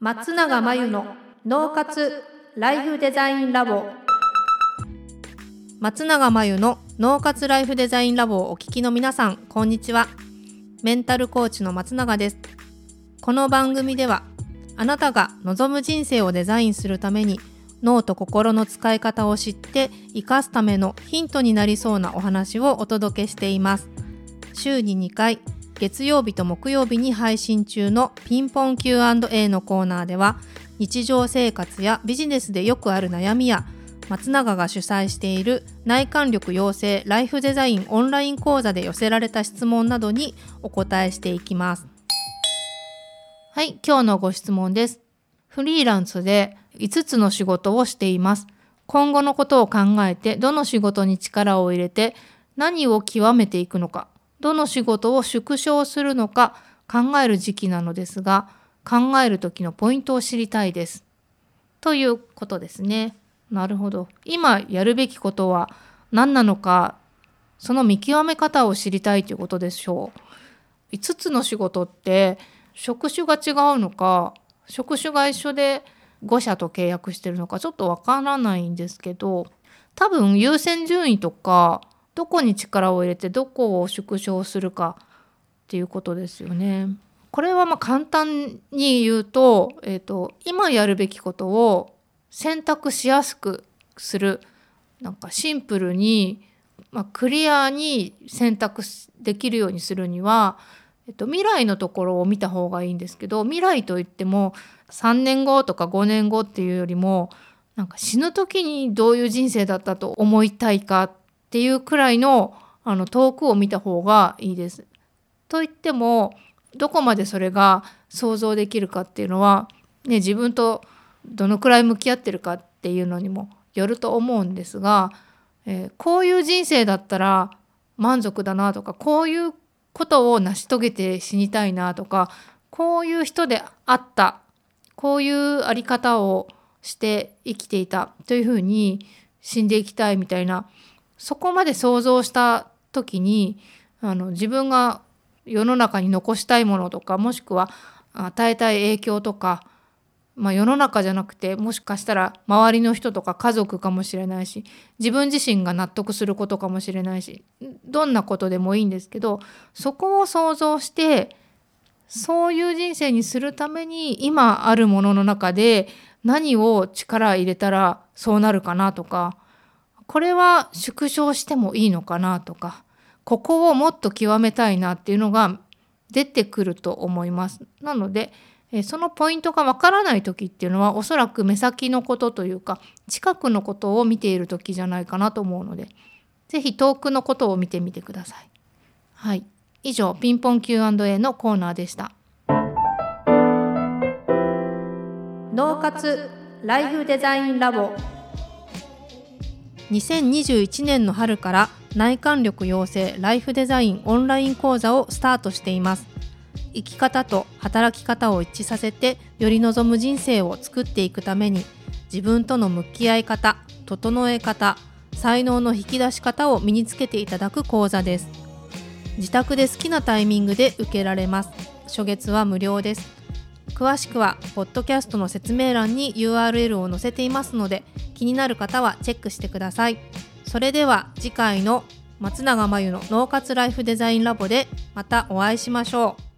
松永真由の脳活ライフデザインラボ。松永真由の脳活ライフデザインラボをお聞きの皆さん、こんにちは。メンタルコーチの松永です。この番組では、あなたが望む人生をデザインするために脳と心の使い方を知って生かすためのヒントになりそうなお話をお届けしています。週に2回、月曜日と木曜日に配信中のピンポン Q&A のコーナーでは、日常生活やビジネスでよくある悩みや、松永が主催している内観力養成ライフデザインオンライン講座で寄せられた質問などにお答えしていきます。はい、今日のご質問です。フリーランスで5つの仕事をしています。今後のことを考えて、どの仕事に力を入れて何を極めていくのか、どの仕事を縮小するのか考える時期なのですが、考える時のポイントを知りたいです。ということですね。なるほど。今やるべきことは何なのか、その見極め方を知りたいということでしょう。5つの仕事って職種が違うのか、職種が一緒で5社と契約してるのかちょっとわからないんですけど、多分優先順位とかどこに力を入れてどこを縮小するかっていうことですよね。これは簡単に言うと、今やるべきことを選択しやすくする、シンプルに、クリアに選択できるようにするには、未来のところを見た方がいいんですけど、未来といっても3年後とか5年後っていうよりも、死ぬ時にどういう人生だったと思いたいかっていうくらいの遠くを見た方がいいです。といってもどこまでそれが想像できるかっていうのは、自分とどのくらい向き合ってるかっていうのにもよると思うんですが、こういう人生だったら満足だなとか、こういうことを成し遂げて死にたいなとか、こういう人であった、こういうあり方をして生きていたというふうに死んでいきたいみたいな、そこまで想像した時に自分が世の中に残したいものとか、もしくは与えたい影響とか、世の中じゃなくてもしかしたら周りの人とか家族かもしれないし、自分自身が納得することかもしれないし、どんなことでもいいんですけど、そこを想像してそういう人生にするために今あるものの中で何を力入れたらそうなるかなとか、これは縮小してもいいのかなとか、ここをもっと極めたいなっていうのが出てくると思います。なのでそのポイントがわからない時っていうのは、おそらく目先のことというか近くのことを見ている時じゃないかなと思うので、ぜひ遠くのことを見てみてください。はい、以上ピンポン Q&A のコーナーでした。脳活ライフデザインラボ。2021年の春から内観力養成ライフデザインオンライン講座をスタートしています。生き方と働き方を一致させて、より望む人生を作っていくために、自分との向き合い方、整え方、才能の引き出し方を身につけていただく講座です。自宅で好きなタイミングで受けられます。初月は無料です。詳しくはポッドキャストの説明欄に URL を載せていますので、気になる方はチェックしてください。それでは次回の松永真由の脳活ライフデザインラボでまたお会いしましょう。